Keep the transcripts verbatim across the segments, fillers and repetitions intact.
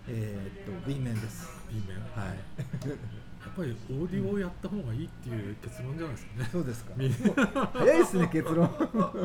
えー、っと B 面です。 B 面。 はい。 やっぱりオーディオをやった方がいいっていう結論じゃないですかね。 そうですか。 みもう早いですね結論。うん、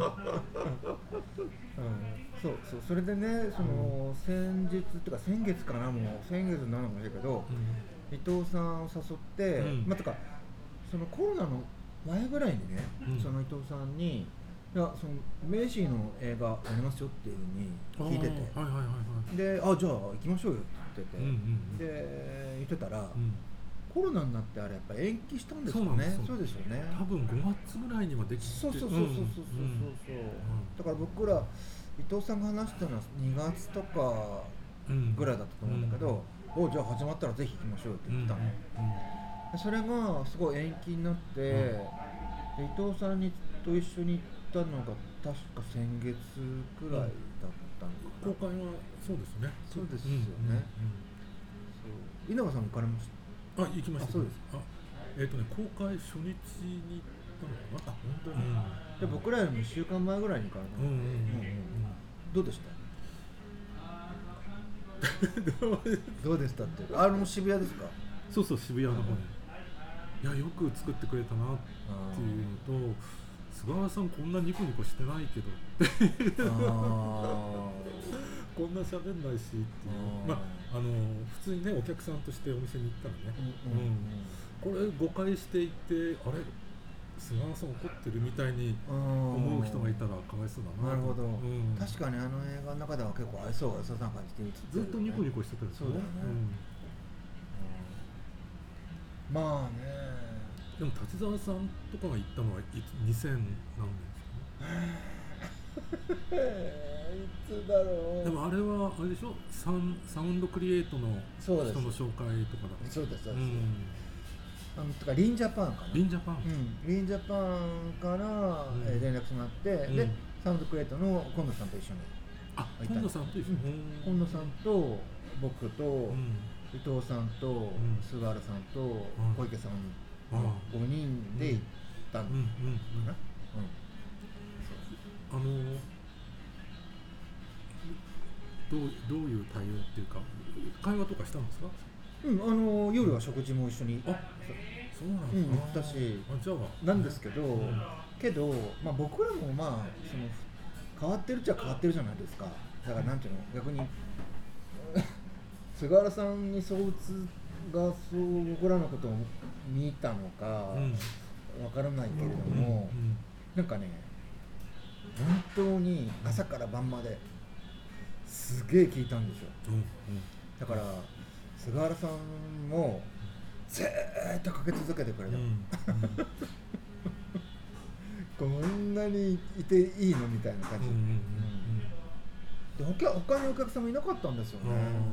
そうそう、それでね、その、先日っていうか先月かな、もう先月なのかもしれないけど、伊藤さんを誘って、 うん、 まあ、とかそのコロナの前ぐらいにね、 うん、 その伊藤さんに、いや、そのメイシーの映画ありますよっていうふうに聞いてて、 あーはいはいはいはい。 で、あ、じゃあ行きましょうよって言ってて、 うんうんうん、 で言ってたら、 うん、 コロナになってあれやっぱ延期したんですそうなんですよ。 かね。そうですよね。 多分ごがつぐらいにはできて、 そうそうそうそうそうそうそうそう、だから僕ら伊藤さんが話したのはにがつとかうん、 ぐらいだったと思うんだけど、お、じゃあ始まったらぜひ行きましょうってうん、うん、 言ってたの。でそれがすごい延期になって、で伊藤さんにと一緒に行ったのが確か先月くらいだったのかな。 公開はそうですね。 そうですうんうんよね。そう、稲葉さんも行かれましうん、あ、行きまた？あ、 した。 そうです。 あ、えっ、とね、公開初日に行ったのかな。 あ、本当に。 うんで、僕らよりもいっしゅうかんまえぐらいに行かれたので、 うんうんうんうんどうでした？ うんどうでしたって、あの渋谷ですか？ そうそう、渋谷の方に、いや、よく作ってくれたなっていうのと、菅原さんこんなニコニコしてないけどってあこんな喋んないしっていう、まあ、あの普通にね、お客さんとしてお店に行ったらね、 うんうんうん、これ誤解していて、あれ菅原さん怒ってるみたいにうん、 思う人がいたらかわいそうだななるほど、 と思って、うん、 確かにあの映画の中では結構愛想が良さそうな感じで映ってるよね。 ずっとニコニコしてたですよね。 そうだよね、うん、まあね。 うん、でも滝沢さんとかが行ったのはいつにせん何年ですかね。 いつだろう。 でもあれはあれでしょ、サンサウンドクリエイトの人の紹介とかだ。 そうですそうです、 うん、 あのとかリンジャパンかな、 リンジャパン、 うん、リンジャパンから、 うんえー連絡してもらって、 うん、 でサウンドクリエイトの今野さんと一緒にあ、 行った今野さんと一緒に、 今野さんと僕と、 うん、 伊藤さんと、 ん菅原さんと、小池さんのごにんで行ったのかな、 うんうんうん、あのどうどういう対応っていうか会話とかしたんですか？ うん、あの夜は食事も一緒に、 あ、そうなんうん、 ですか。 行ったし、 あ、じゃあなんですけど、 うん、 けど、まあ、僕らもまあその変わってるっちゃ変わってるじゃないですか。だからなんていうの、逆に菅原さんにそううつがそう僕らのことを見たのかわからないけれども、 うんうん、 なんかね、本当に朝から晩まですげえ聞いたんですよ。 うんうん、 だから菅原さんもずーっとかけ続けてくれた、 うんうん、 こんなにいていいのみたいな感じ、 うんうんうんで 他, 他にお客さんもいなかったんですよね。 うん、はいはいはい、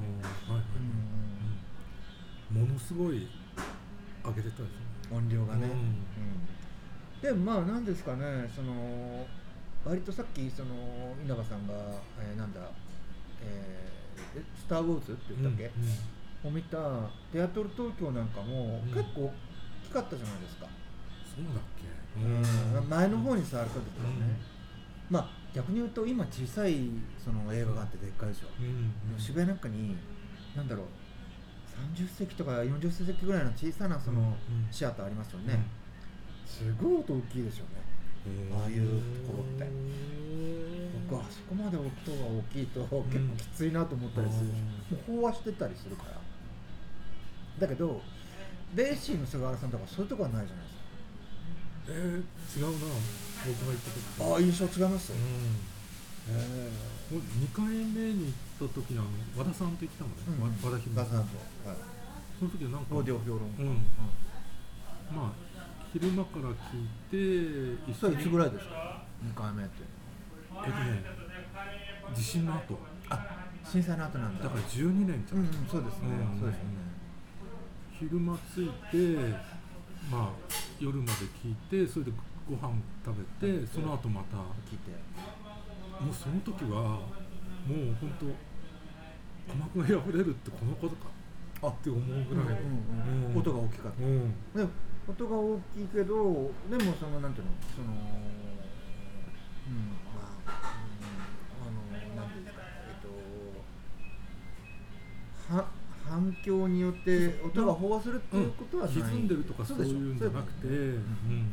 うん、ものすごい上げてたですね、 音量がね、 うんうん、でまあなんですかね、その割とさっきその稲葉さんが、えー、なんだ、えー、スター・ウォーズって言ったっけ、 うんうん、 を見たテアトル東京なんかもうん、 結構大きかったじゃないですか。 そうだっけ、 うん、前の方に座る時とかね、 うん、 まあ逆に言うと今小さいその映画があってでっかいでしょ、 うんうん、 渋谷なんかに何だろうさんじゅっせきとかよんじゅっせきぐらいの小さなそのシアターありますよね、すごい音大きいですよね、ああいうところって。僕あそこまで音が大きいと結構きついなと思ったりするし、もう飽和してたりするから。だけどベーシーの菅原さんとかそういうとこはないじゃないですか。 えー、違うな、僕が行った時。 ああ、印象違います、 うん、えー、もうにかいめに行った時にあの和田さんと行ったのね、うん、和田ひろさんと、はい、その時はなんかオーディオ評論家、うんうん、 まあ昼間から聞いて、 それいつぐらいですかにかいめって。 えっとね、地震の後、 あ、震災の後なんだ。 だからじゅうにねんじゃん、 うんうん、そうですね、うん、そうですよね。 昼間着いて、まあ夜まで聞いて、それでご飯食べて、その後また聞いて、 もうその時はもう本当鼓膜が破れるってこのことかって思うぐらい、 うんうんうん、音が大きかった、うん、で音が大きいけど、でもそのなんていうの、その、うん、まあ、うん、あのなんていうんですか、えっとは反響によって音が飽和するっていうことはない、 うん、歪んでるとかそういうんじゃなくて、うん、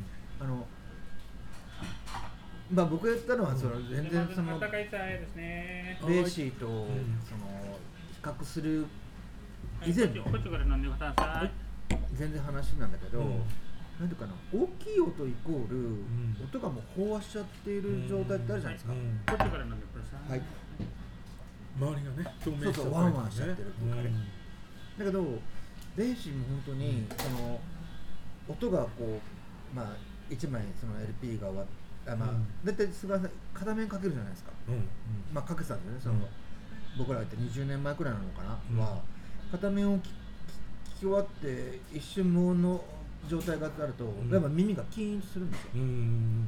あのまあ僕が言ったのはその全然そのベーシーとその比較する以前の全然話なんだけど、うん、なんていうかな、大きい音イコール、うん、音がもう飽和しちゃっている状態ってあるじゃないですか。うん、はい。 周りがね、表面しちゃってる、ね、 そうそう、ワンワンしちゃってるっていうかね。うん、だけどベーシーも本当に、うん、その音がこうまあいちまいその エルピー が終わって。あまあ、だいたい菅原さん片面かけるじゃないですか、うんうん、まあかけてたんですよね、その、うん、僕らが言ってにじゅうねんまえくらいなのかな、うん、は片面を聞き終わって一瞬無音の状態があると、うん、やっぱ耳がキーンとするんですよ、うん、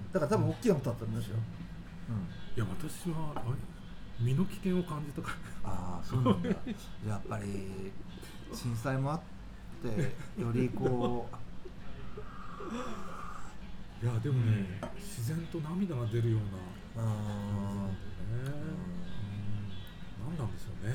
だから多分大きい音だったんですよ、 うんうん、いや私はあれ身の危険を感じたからああそうなんだやっぱり震災もあってよりこういやでもね、うん、自然と涙が出るような感じなんだよね、うん、何なんでしょうね、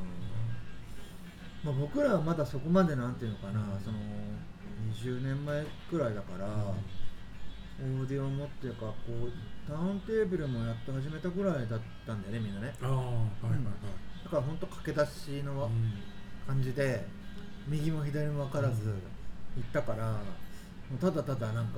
まあ、僕らはまだそこまでなんていうのかな、うん、そのにじゅうねんまえくらいだから、うん、オーディオ持っていうかこうターンテーブルもやって始めたぐらいだったんだよねみんなね。あ、はいはいはい、だから本当駆け出しの感じで、うん、右も左も分からず行ったから、もうただただなんか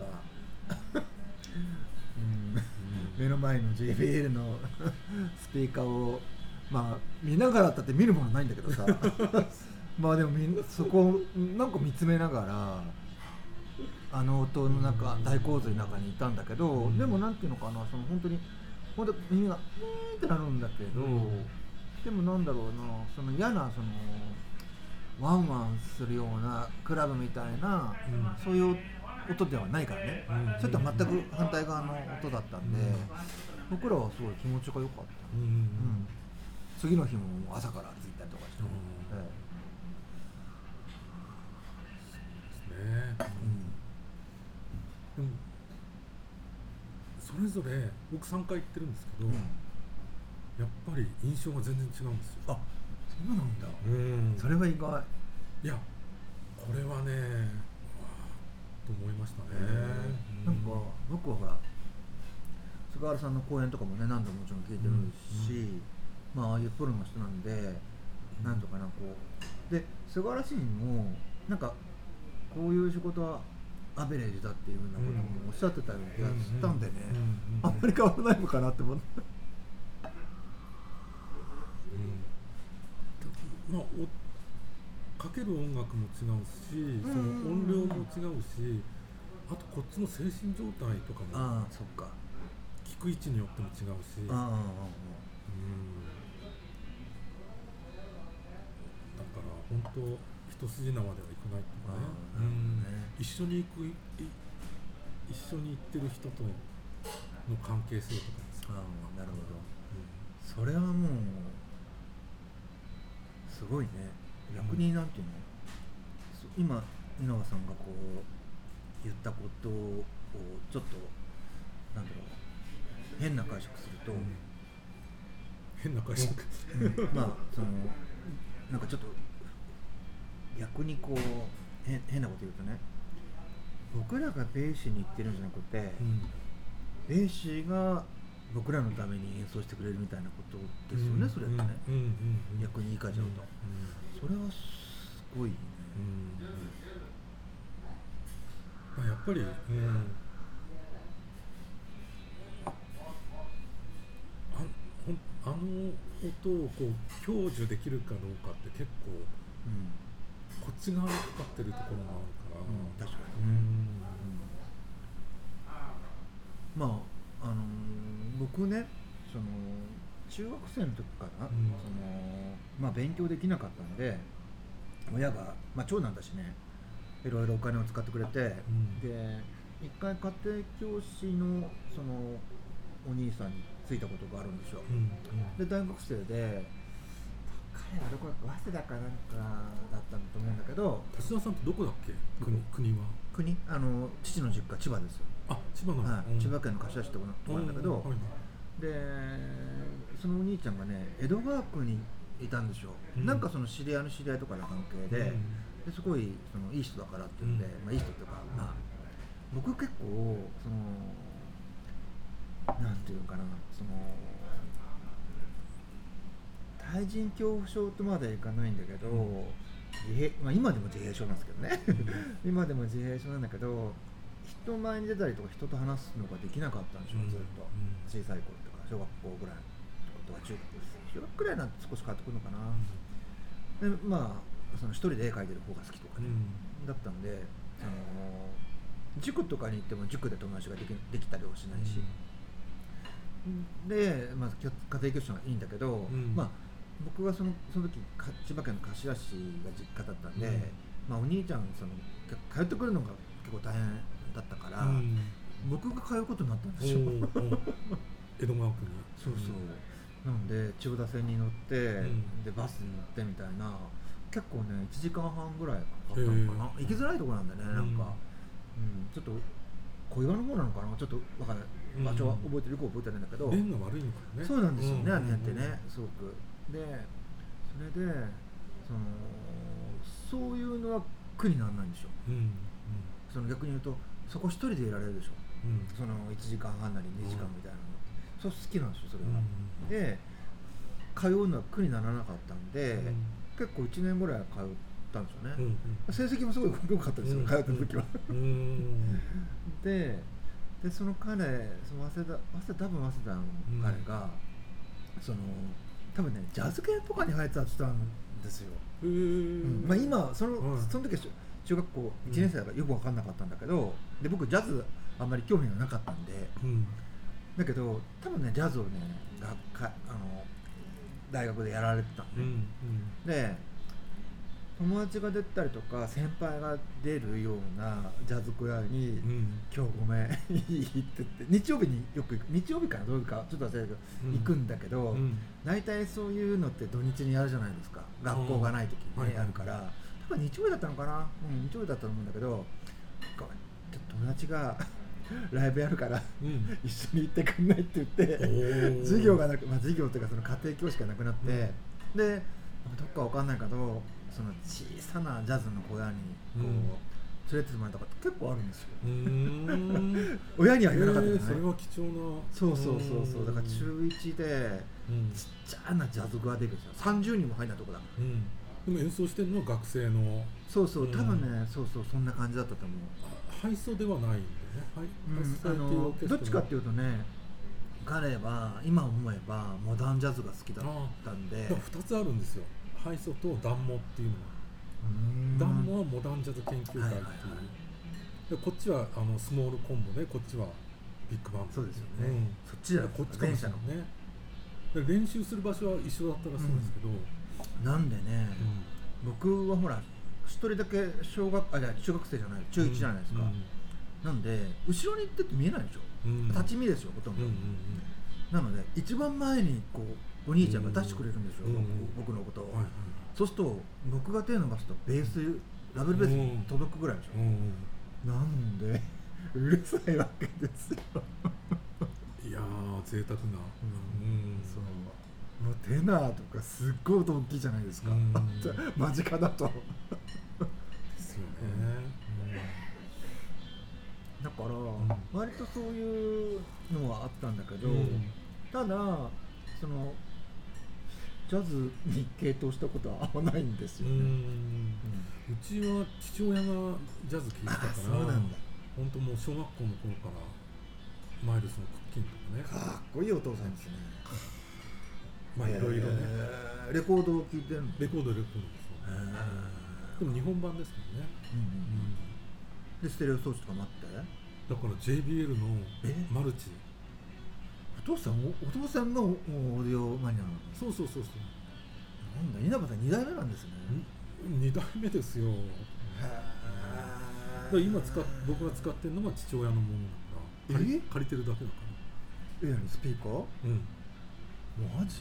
うん、目の前の ジェイビーエル のスピーカーをまあ見ながらだって見るものないんだけどさまあでもみそこをなんか見つめながらあの音の中、大洪水の中にいたんだけど、うん、でもなんていうのかな、その本当に本当耳がピーンってなるんだけど、うん、でもなんだろうな、その嫌なそのワンワンするようなクラブみたいな、うん、そういう音ではないからね、うん、ちょっと全く反対側の音だったんで、うん、僕らはすごい気持ちが良かった、うんうん、次の日も朝から歩いたりとかして、うんええねうん、それぞれ僕さんかい行ってるんですけど、うん、やっぱり印象が全然違うんですよ。 あ、そうなんだ、うん、それは意外。 いやこれはねと思いましたね、 うん、なんか僕はほら菅原さんの講演とかもね何度ももちろん聞いてるし、うん、まあああいうプロの人なんで、うん、なんとかなこうで菅原氏にもなんかこういう仕事はアベレージだっていうふうなこともおっしゃってたような気がしたんでね、あんまり変わらないのかなって思って、 うん、まあおかける音楽も違うし、その音量も違うし、あとこっちの精神状態とかもあそっか聞く位置によっても違うし、あうん、だから本当一筋縄ではいかないとかね、うん、一緒に行く一緒に行ってる人との関係性とかですか。 あなるほど、うん、それはもうすごいね。逆になんていうの、うん、今稲葉さんがこう言ったことをちょっとなんだろう変な解釈すると、うん、 変な解釈、 うん、まあそのなんかちょっと逆にこう変, 変なこと言うとね、僕らがベーシーに行ってるんじゃなくて、うん、ベーシーが僕らのために演奏してくれるみたいなことですよね、うん、それってね、うんうんうん、逆に言い換えちゃうと、うんうん、それはすごいね、 うん、やっぱり、うん、あ, あの音をこう享受できるかどうかって結構、うん、こっち側にかかってるところがあるから、うん、 確かに、うんうん、まああのー、僕ねその中学生の時から、うん、そのまあ、勉強できなかったんで親が、まあ、長男だしねいろいろお金を使ってくれて、うん、で一回家庭教師のそのお兄さんについたことがあるんですよ、うんうん、で大学生で彼はどこだか早稲田かなんかだったんだと思うんだけど、 田島さんってどこだっけ 国, 国は国あの父の実家千葉ですよ。 あ千葉の、 はい、千葉県の柏市ってところなんだけど、はい、でそのお兄ちゃんがね江戸川区にいたんですよ、 うん、 なんかその知り合いの知り合いとかの関係で、うん、ですごいそのいい人だからっていうんで、うん、まあ、いい人っていうか、まあ、僕結構そのなんていうかな、その対人恐怖症とまではいかないんだけど、うん、自閉まあ、今でも自閉症なんですけどね、うん、今でも自閉症なんだけど、人前に出たりとか人と話すのができなかったんでしょ、うん、ずっと、うん、小さい頃とか小学校ぐらいとか中学中学くらいになって少し変わってくるのかな、うん、でまあその一人で絵描いてる方が好きとかね、うん、だったんで、あの塾とかに行っても塾で友達ができ、できたりはしないし、うん、で、まあ、家庭教師はいいんだけど、うん、まあ僕がその、その時千葉県の柏市が実家だったんで、うん、まあ、お兄ちゃんその通ってくるのが結構大変だったから、うん、僕が通うことになったんですよ。 江戸川区に。 そうそう、なので千代田線に乗って、うん、でバスに乗ってみたいな、結構ねいちじかんはんぐらいかかったのかな。行きづらいところなんでね、なんか、うん、ちょっと小岩の方なのかな、ちょっとわかんない、場所は覚えてる、よく覚えてるんだけど、 便が悪いのかね。 そうなんですよね、あの辺ってね、すごく。でそれでそのそういうのは苦にならないんでしょ、うんうん、その逆に言うとそこ一人でいられるでしょ、うん、そのいちじかんはんなりにじかんみたいなの、うん、そう好きなんですよそれは、うん、で通うのは苦にならなかったんで、うん、結構いちねんぐらい通ったんですよね、うんうん、成績もすごい良かったですよ、うん、通った時は、うん、で, でその彼その早稲田早稲田多分早稲田の彼が、うん、その多分ねジャズ系とかに入ってたんですよ、うん、まあ、今その、うん、その時は中学校いちねん生だからよく分かんなかったんだけど、で僕ジャズあんまり興味がなかったんで、うん、だけど多分ねジャズをねがかあの大学でやられてたんで、うんうん、で友達が出たりとか先輩が出るようなジャズ小屋に、うん、今日ごめん行ってって日曜日によく行く、日曜日かなどういうかちょっと忘れたけど、うん、行くんだけど、うん、大体そういうのって土日にやるじゃないですか、学校がない時に、ね、やるから、多分日曜日だったのかな、うん、日曜日だったと思うんだけど、友達がライブやるから、うん、一緒に行ってくんないって言って授業がなく、まあ、授業っていうかその家庭教師がなくなって、うん、でどっかわかんないけどその小さなジャズの小屋にこう、うん、連れてってもらったとか結構あるんですよ。うーん親には言わなかったけどね、 それは貴重な。 そうそうそうそう、だから中いちでちっちゃなジャズ小屋デビューですよ。さんじゅうにんも入んないとこだ、うん、 でも演奏してるのは学生の。 そうそう、多分ね、うん、そうそう、そんな感じだったと思う。 ハイソではないんでね、ハイ、うん、 あのどっちかっていうとね、彼は今思えばモダンジャズが好きだったんで。 ふたつあるんですよ、ハイソとダンモっていうのは。ダンモはモダンジャズ研究会っていう、はいはいはい、でこっちはあのスモールコンボで、こっちはビッグバンド。 そうですよね、うん、そっちじゃこっちかもしれないね。で練習する場所は一緒だったらしいんですけど、 うん、なんでね、うん、僕はほら一人だけ小学あじゃ中学生じゃない中いちじゃないですか、うんうん、なんで後ろに行ってって見えないでしょ、うん、立ち見ですよほとんど、うんうんうん、なので一番前にこうお兄ちゃんが出してくれるんですよ、うんうん、僕, 僕のことを、はいはい、そうすると僕が手を伸ばすとベースダブルベースに届くぐらいでしょ、うんうん、なんでうるさいわけですよいやー贅沢な、うんうん、そうもうテナーとかすっごい音大きいじゃないですか、うん、間近だとですよね、 うん、だから、割とそういうのはあったんだけど、うん、ただそのジャズに傾倒したことはあんまないんですよね。うん、うん、 うちは父親がジャズ聴いてたから、そうなんだ。本当もう小学校の頃からマイルスのクッキンとかね。 かっこいいお父さんですね。 まあいろいろね。 レコードを聴いてるの？ レコードレコードですよね。でも日本版ですけどね。うんうんうん、でステレオ装置とかもあって。 だから ジェイビーエル のマルチ。 お父さんお父さんがオーディオマニアなの？ そうそうそうそう。 なんだ稲葉さんに代目なんですね。 に代目ですよ。へえ。今使っ僕が使ってるのが父親のものだから借り、借りてるだけだから。 え何スピーカー？うん。マジ？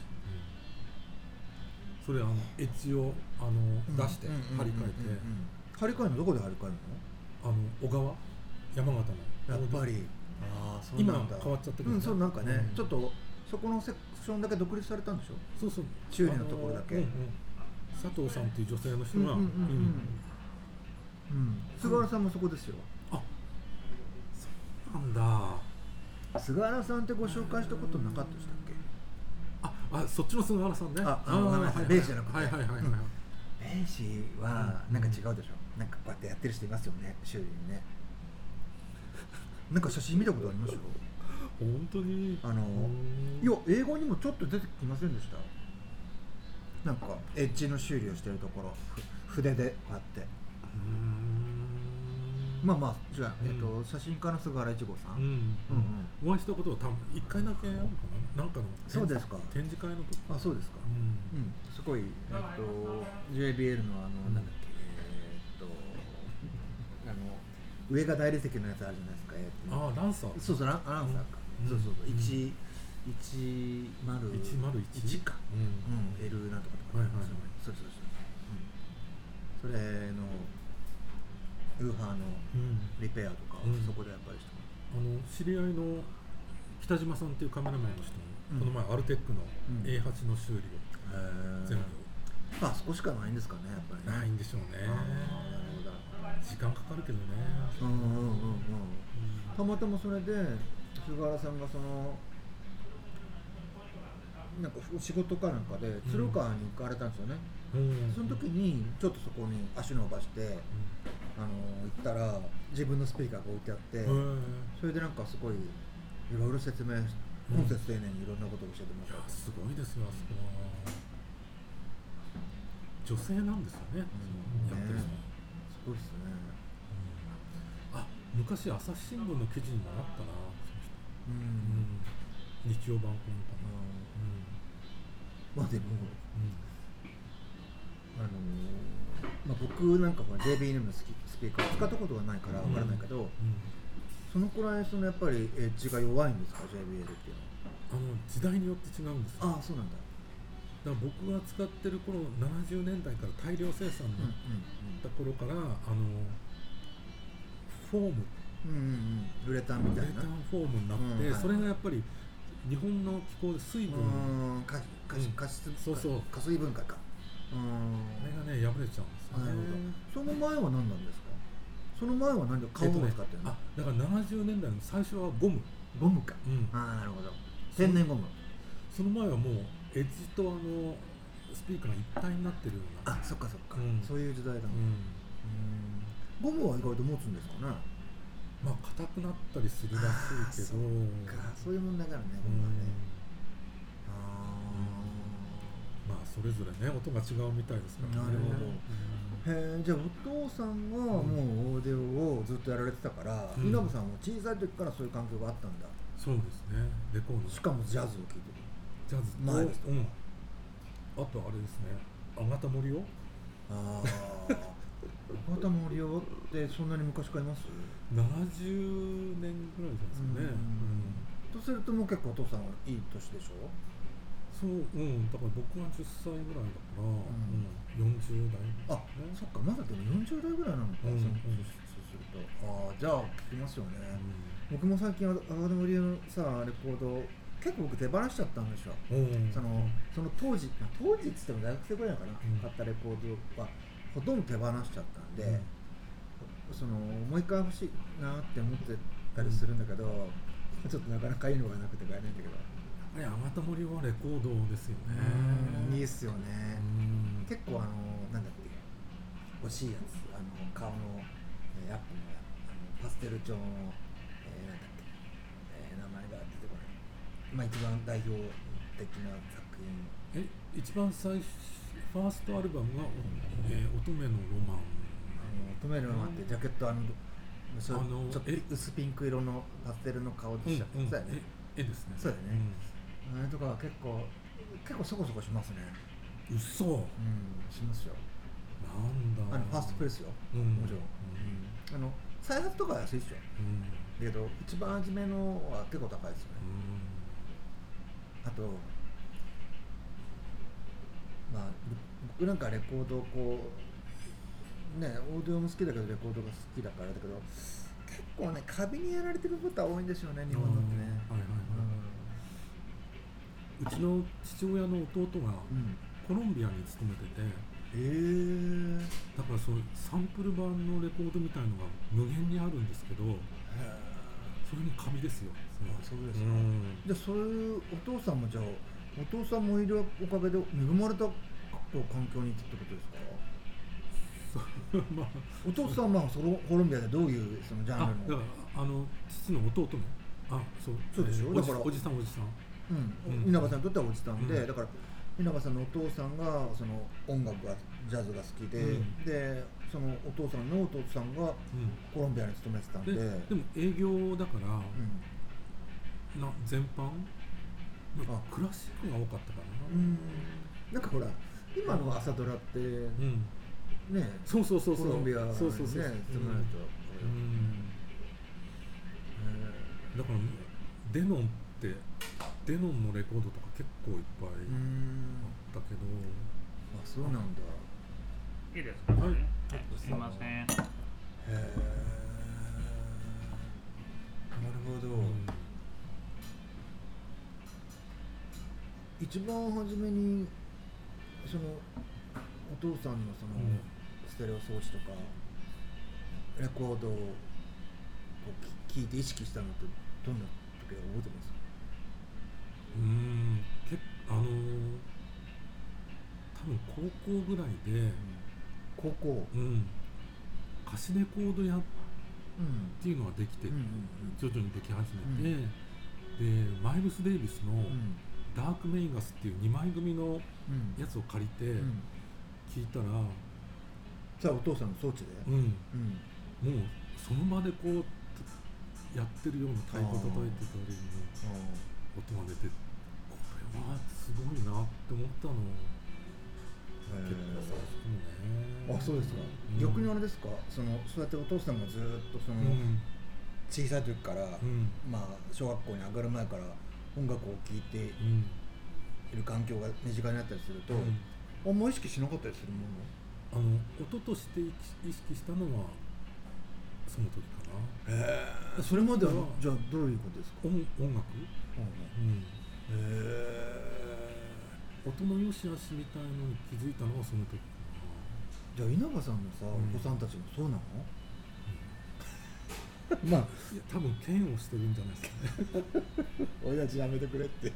うん、それあのエッジをあの出して張り替えて。 張り替えるのどこで張り替えるの？ あの小川山形の。 やっぱり。 あそうなんだ今変わっちゃったけど、ね、 うん、そうなんかね、うん、ちょっとそこのセクションだけ独立されたんでしょ。 そうそう、 修理のところだけ、 うんうん、佐藤さんっていう女性の人が、 うんうんうんうん、菅原さんもそこですよ。 あ、そうなんだ。 菅原さんってご紹介したことなかったでしたっけ。 ああ、そっちの菅原さんね。 あ、あの、はいはい、ベイシじゃなくて、 はいはいはいはい、うん、 ベイシはなんか違うでしょ、うん、なんかこうやってやってる人いますよね、修理にね。なんか写真見たことありますよ。 本当に。 あのいや、英語にもちょっと出てきませんでした。なんかエッジの修理をしてるところ、筆でこうやって、うーん、まあまあ、じゃあ、うん、えっと、写真家の菅原一吾さん、うんうんうん、お会いしたことは多分いっかいだけあるかな、なんかの。 そうですか。 展示会の時。 あ、そうですか、うん、うん、すごい、えっと ジェイビーエル のあの、うん、なんだっけ、えー、っとあの上が大理石のやつあるじゃないですか、えー、 ああ、ランサー。 そうそう、ランサーか、うん、そうそうそう、いちいちまるいちか、うん、L なんとかとか、はいはいはい、そうそうそう、うん、それのウーハーのリペアとか、うん、そこでやっぱりしてあの知り合いの北島さんっていうカメラマンの人も、うん、この前アルテックの エーはち の修理を全部、 まあ少しかないんですかね、やっぱりね。 ないんでしょうね。時間かかるけどね。 うんうんうんうん、たまたまそれで菅原さんがそのなんか仕事かなんかで鶴川に行かれたんですよね、うん、その時にちょっとそこに足伸ばして、うん、あの行ったら自分のスピーカーが置いてあって、うん、それでなんかすごいいろいろ説明、本節丁寧にいろんなことを教えてもらった。 すごいですよ、あそこは。女性なんですよね、うん、やってる人、ね、 すごいですね、 うん、あ、昔朝日新聞の記事にもあったな、その人、うんうん、日曜版コンかな、うん、 まあでも、うん、あのーまあ、僕なんかは ジェイビーエル のスピーカーを使ったことがないからわからないけど、うんうん、そのくらいそのやっぱりエッジが弱いんですか、 ジェイビーエル っていうのは。 あの時代によって違うんですよ。 ああ、そうなんだ。 だから僕が使ってる頃ななじゅうねんだいから大量生産になった頃から、うんうんうん、あのフォーム、 うんうんうん、ウレタンみたいなウレタンフォームになって、うん、はい、それがやっぱり日本の気候で水分、 うん、加湿、 そうそう、 加水分解か、 うん、あれがね破れちゃうんですよね。なるほど。その前は何なんですか。その前は何で革を使ってるの、 えっとね、あ、だからななじゅうねんだいの最初はゴムゴムか、 うん、 ああ、なるほど、天然ゴム。 その前はもうエッジとあのスピーカーが一体になってるような。 あ、そっかそっか、うん、そういう時代だもん、うん、ゴムは意外と持つんですかね。 まあ硬くなったりするらしいけど、 そっか、そういう問題があるね、ゴムはね。 あ、まあそれぞれね音が違うみたいですからね。 なるほど、うん、へえ。じゃあお父さんがもうオーディオをずっとやられてたから、うん、稲葉さんも小さい時からそういう環境があったんだ。 そうですね、レコード、 しかもジャズを聴いてる。 ジャズと、 前ですと、うん、 あとあれですね、あがた森を、 あああがた森をってそんなに昔からいます？ ななじゅうねんぐらいじゃないですかね。 うん、とするともう結構お父さんはいい年でしょ。 そう、うん、だから僕がじゅっさいぐらいだから、うん、よんじゅうだい、ね、 あ、そっか、まだでもよんじゅうだいぐらいなのか、うん、そうすると、ああ、じゃあ聞きますよね、うん、僕も最近あがた森のさレコード結構僕手放しちゃったんですよ、うん、そのその当時、当時っつっても大学生ぐらいかな、うん、買ったレコードはほとんど手放しちゃったんで、うん、そのもう一回欲しいなって思ってたりするんだけど、うん、ちょっとなかなかいいのがなくて買えないんだけど、 あがた森はレコードですよね。 いいっすよね。結構あのなんだっけ、欲しいやつ、あの顔の、えー、アップの、あのパステル調の、えー、なんだっけ、えー、名前が出てこない。まあ一番代表的な作品。 え、一番最初ファーストアルバムが、えー、乙女のロマン。 乙女のロマンってジャケットあの、あのちょっと薄ピンク色のパステルの顔でした。うんうん、そうやね。 絵ですね。 そうやね。うん、あれとかは結構結構そこそこしますね。 うそ、うん、 しますよ。 なんだ。 あのファーストプレスよ。うん、もちろん。うん、あの再発とかは安いですよ。うん、だけど一番初めのは結構高いですよね。うん、あとまあ僕なんかレコードをこうね、オーディオも好きだけどレコードが好きだからだけど結構ねカビにやられてることは多いんですよね、日本のってね。はいはいはい。 うちの父親の弟がコロンビアに勤めてて、 えー、 だからそのサンプル版のレコードみたいのが無限にあるんですけど、それも紙ですよ。 そうですか。じゃあそういうお父さんもじゃあお父さんもいるおかげで恵まれた環境にいたってことですか？まあ、お父さんはそのコロンビアでどういうそのジャンルの？ あ、だからあの父の弟も、あ、そう、 そうでしょ。だからおじさんおじさん。 うん、稲葉さんにとってはおじさんで、うん、だから稲葉さんのお父さんがその音楽がジャズが好きで、うん、でそのお父さんのお父さんがコロンビアに勤めてたんで、 うん、で, でも営業だから、うん、な全般あクラシックが多かったかな。 うん、なんかほら今の朝ドラって、うん、ね、 そうそうそうそう、 コロンビアにねそうそうそう、 住まれた、うん、 だからデノンってデノンのレコードとか結構いっぱいあったけど、 あ、そうなんだ。 いいですかね、はい、すいません。へえ、なるほど、うん、一番初めにそのお父さんのその、うん、ステレオ装置とかレコードを聴いて意識したのってどんな時か覚えてます？ うーん、けあのー、多分高校ぐらいで、うん、 高校、 うん、貸しレコード屋っていうのができて、うん、徐々にでき始めて、うん、でマイルス・デイビスのダーク・メイガスっていうにまい組のやつを借りて聞いたら、うん、 さあお父さんの装置で、 うんうん、もうその場でこうやってるような太鼓叩いてたりの音が出て、これはすごいなって思ったの。結構さ、 そうね。あ、そうですか。うん、逆にあれですか。そのそうやってお父さんがずっとその、うん、小さい時から、うん、まあ小学校に上がる前から音楽を聴いている環境が身近になったりすると、あんま意識しなかったりするもの？あの音として意識したのはその時かな。 へえ。それまではじゃあどういうことですか？ 音音楽？ うんうん、へえ。 音の良し悪しみたいのに気づいたのはその時かな。 じゃあ稲葉さんのさ、うん、お子さんたちもそうなの？ うん、まあいや多分嫌悪してるんじゃないですかね。 親父やめてくれってい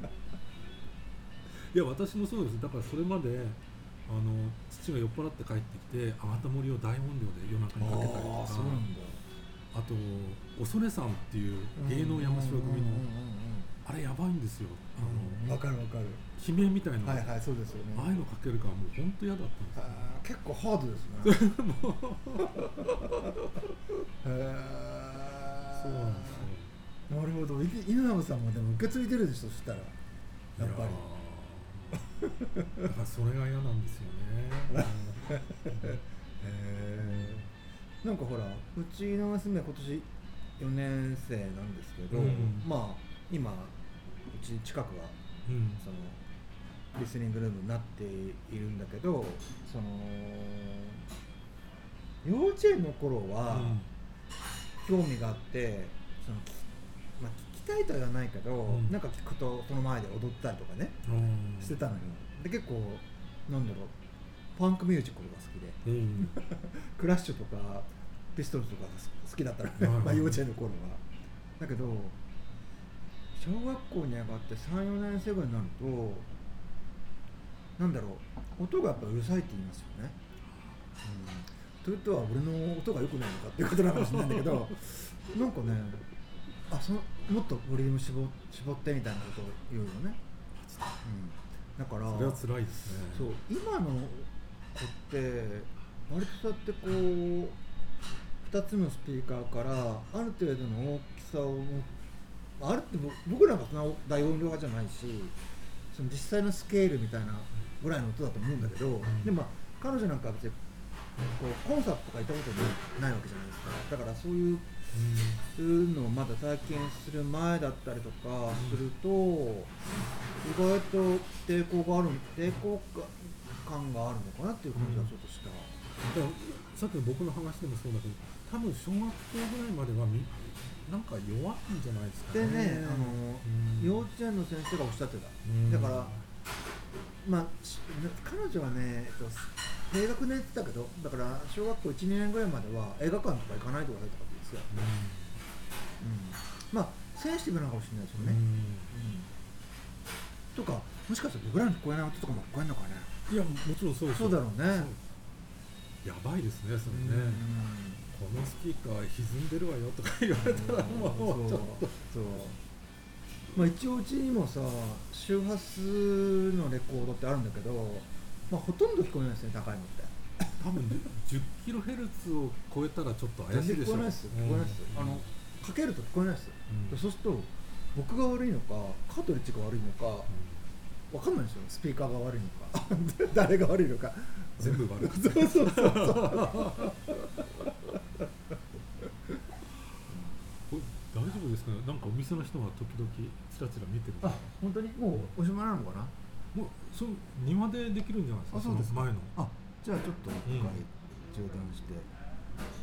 や私もそうです。だからそれまであの父が酔っ払って帰ってきてあがた森を大音量で夜中にかけたりとか、 あ, そうなんだ。あと恐れさんっていう芸能山城組のあれやばいんですよ。 あの、うん、分かる分かる。 悲鳴みたいな、 はいはい、そうですよね。 ああいうのかけるからもう本当嫌だったんですよ、ね、 結構ハードですね。へー、そうなんですよ。なるほど。稲葉さんもでも受け継いでるでしょ、そしたらやっぱり。だからそれが嫌なんですよね。 へー。なんかほらうちの娘今年よねん生なんですけど、うん、まあ今うち近くは、うん、そのリスニングルームになっているんだけど、その幼稚園の頃は興味があって、その、まあ、聞きたいとは言わないけど、うん、なんか聞くとその前で踊ったりとかね、うん、してたのよ。で結構なんだろう、パンクミュージックが好きで、うん、クラッシュとかピストルズとか好きだったのね、まあ幼稚園の頃は。だけど小学校に上がってさん、よねん生ぐらいになるとなんだろう、音がやっぱうるさいって言いますよね、うん、ということは俺の音が良くないのかっていうことなのかもしれないんだけどなんかね、あそのもっとボリューム絞ってみたいなことを言うよね、うん、だからそれは辛いですね。 そう、今の子って割とそうやってこうふたつのスピーカーからある程度の大きさを持って、あるって僕らがそんな大音量派じゃないし、その実際のスケールみたいなぐらいの音だと思うんだけど、うん、でも彼女なんかは別にこうコンサートとか行ったことないわけじゃないですか。だからそういう、うん、のをまだ体験する前だったりとかすると、うん、意外と抵抗がある抵抗感があるのかなっていう感じがちょっとした。 だからさっきの僕の話でもそうだけど、多分小学校ぐらいまではみなんか弱いんじゃないですかね。 でね、あの、うん、幼稚園の先生がおっしゃってた、うん、だからまあ彼女はね、えっと、低学年って言ってたけど、だから小学校いち、にねんぐらいまでは映画館とか行かないとか言ってたわけですよ、うんうん、まあセンシティブなのかもしれないですよね、うんうん、とかもしかしたら僕らに聞こえない音とかも聞こえるのかね。 いやもちろんそうです。 そうだろうね。 やばいですねそれね、うん、このスピーカー歪んでるわよとか言われたらもうちょっとそう、まあ、一応うちにもさ周波数のレコードってあるんだけど、まあ、ほとんど聞こえないですね、高いのって。 多分 じゅっキロヘルツ を超えたらちょっと怪しいでしょ。 全然聞こえないです、聞こえないです、うん、あのかけると聞こえないです、うん、そうすると僕が悪いのかカートリッジが悪いのか、うん、分かんないですよ、スピーカーが悪いのか誰が悪いのか全部悪いそうそうそうそう大丈夫ですかね。なんかお店の人が時々チラチラ見てる。 あ、本当にもうおしまいなのかな。 もうそう庭でできるんじゃないですか。 あ、そうですか。 その前の。 あ、じゃあちょっと一回中断して。